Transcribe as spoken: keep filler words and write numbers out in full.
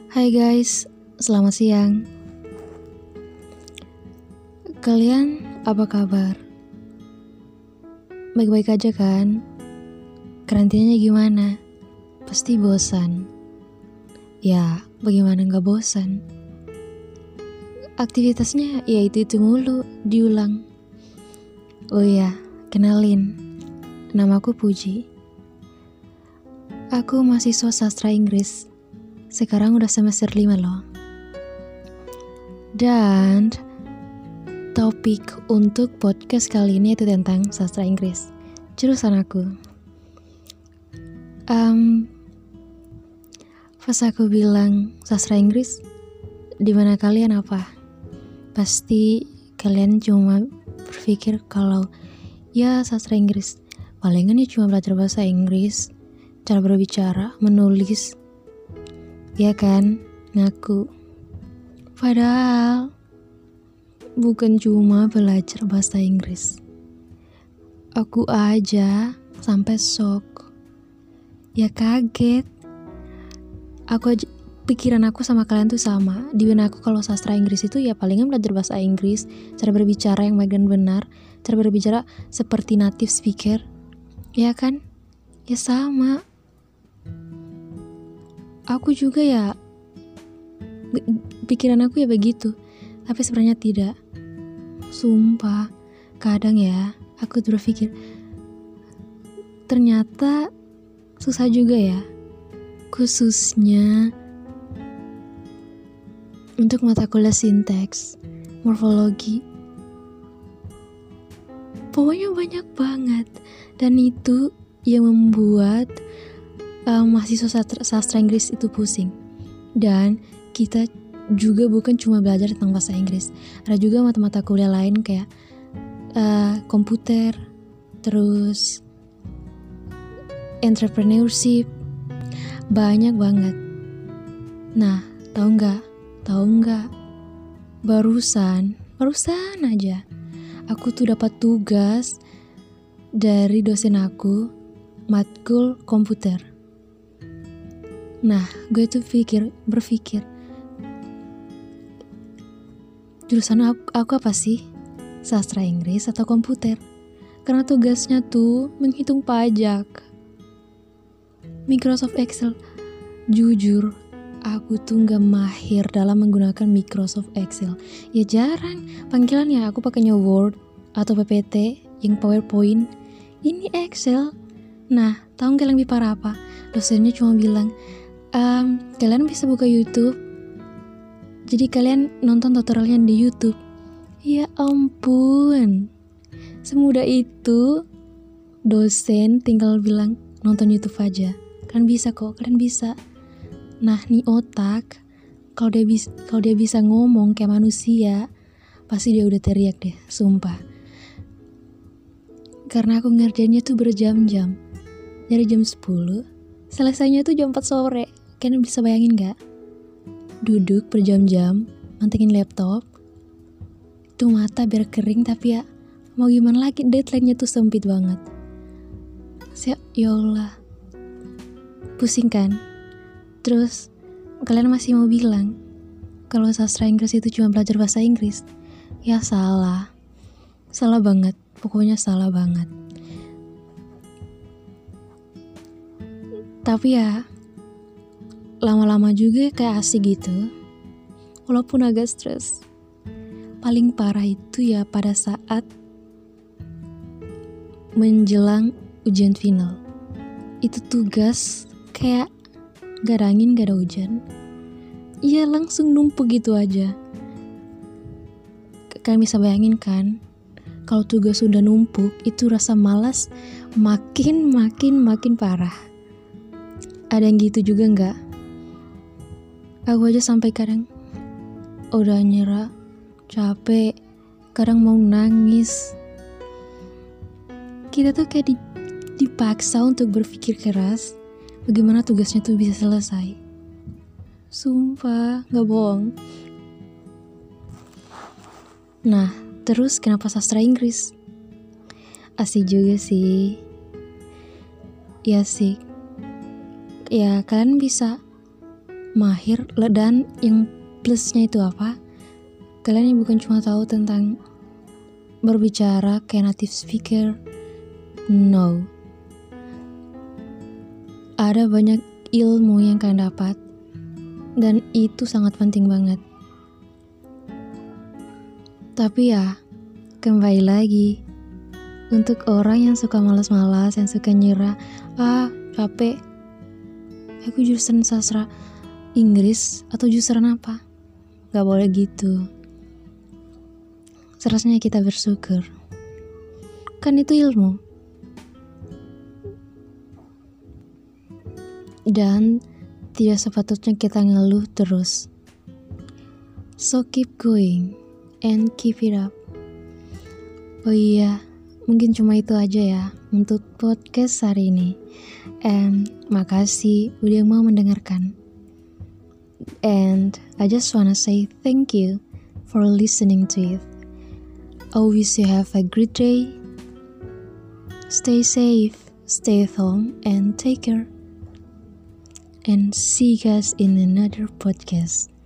Hai guys, selamat siang. Kalian apa kabar? Baik-baik aja kan? Karantinanya gimana? Pasti bosan. Ya, bagaimana gak bosan? Aktivitasnya ya itu-itu mulu, diulang. Oh iya, kenalin. Namaku Puji. Aku mahasiswa sastra Inggris. Sekarang udah semester lima loh. Dan topik untuk podcast kali ini itu tentang sastra Inggris, jurusan aku. Um, pas aku bilang sastra Inggris, di mana kalian apa? Pasti kalian cuma berpikir kalau ya sastra Inggris, palingan ya cuma belajar bahasa Inggris, cara berbicara, menulis, ya kan, ngaku. Padahal bukan cuma belajar bahasa Inggris. Aku aja sampai shock. Ya kaget. Aku aja, pikiran aku sama kalian tuh sama. Di benak aku kalau sastra Inggris itu ya palingan belajar bahasa Inggris, cara berbicara yang baik dan benar, cara berbicara seperti native speaker. Ya kan? Ya sama. Aku juga ya, pikiran aku ya begitu, tapi sebenarnya tidak. Sumpah, kadang ya aku berpikir ternyata susah juga ya, khususnya untuk mata kuliah sinteks, morfologi. Pokoknya banyak banget, dan itu yang membuat um, mahasiswa sastra, sastra Inggris itu pusing. Dan kita juga bukan cuma belajar tentang bahasa Inggris, ada juga mata-mata kuliah lain kayak uh, komputer, terus entrepreneurship, banyak banget. Nah, tahu nggak? Tahu nggak? Barusan, barusan aja, aku tuh dapat tugas dari dosen aku, matkul komputer. Nah, gue tuh pikir, berpikir, jurusan aku, aku apa sih? Sastra Inggris atau komputer? Karena tugasnya tuh menghitung pajak. Microsoft Excel. Jujur, aku tuh gak mahir dalam menggunakan Microsoft Excel. Ya jarang, panggilannya aku pakainya Word atau P P T yang PowerPoint. Ini Excel. Nah, tahu gak yang lebih parah apa? Dosennya cuma bilang, Um, kalian bisa buka YouTube, jadi kalian nonton tutorialnya di YouTube. Ya ampun, semudah itu. Dosen tinggal bilang nonton YouTube aja, kalian bisa kok, kalian bisa. Nah, nih otak, kalau dia bisa, kalau dia bisa ngomong kayak manusia, pasti dia udah teriak deh, sumpah. Karena aku ngerjainnya tuh berjam-jam, dari jam sepuluh, selesainya tuh jam empat sore. Kalian bisa bayangin gak? Duduk berjam-jam, mantengin laptop, itu mata biar kering, tapi ya mau gimana lagi, deadline-nya tuh sempit banget. Ya, ya Allah, pusing kan? Terus kalian masih mau bilang kalau sastra Inggris itu cuma belajar bahasa Inggris? Ya salah, salah banget, pokoknya salah banget. Tapi ya lama-lama juga kayak asik gitu, walaupun agak stres. Paling parah itu ya pada saat menjelang ujian final. Itu tugas kayak gak ada angin, gak ada hujan, iya langsung numpuk gitu aja. Kalian bisa bayangin kan, kalau tugas sudah numpuk, itu rasa malas makin makin makin parah. Ada yang gitu juga gak? Aku aja sampai kadang udah nyerah, capek, kadang mau nangis. Kita tuh kayak dipaksa untuk berpikir keras bagaimana tugasnya tuh bisa selesai. Sumpah, gak bohong. Nah, terus kenapa sastra Inggris? Asik juga sih. Ya asik. Ya kalian bisa mahir, dan yang plusnya itu apa? Kalian ini bukan cuma tahu tentang berbicara kayak native speaker, no. Ada banyak ilmu yang kalian dapat, dan itu sangat penting banget. Tapi ya, kembali lagi, untuk orang yang suka malas-malas, yang suka nyerah, ah capek, aku jurusan sastra Inggris atau jurusan apa? Gak boleh gitu. Seharusnya kita bersyukur, kan itu ilmu. Dan tidak sepatutnya kita ngeluh terus. So keep going and keep it up. Oh iya, mungkin cuma itu aja ya untuk podcast hari ini. And makasih udah mau mendengarkan. And I just wanna say thank you for listening to it. I wish you have a great day. Stay safe, stay at home, and take care. And see you guys in another podcast.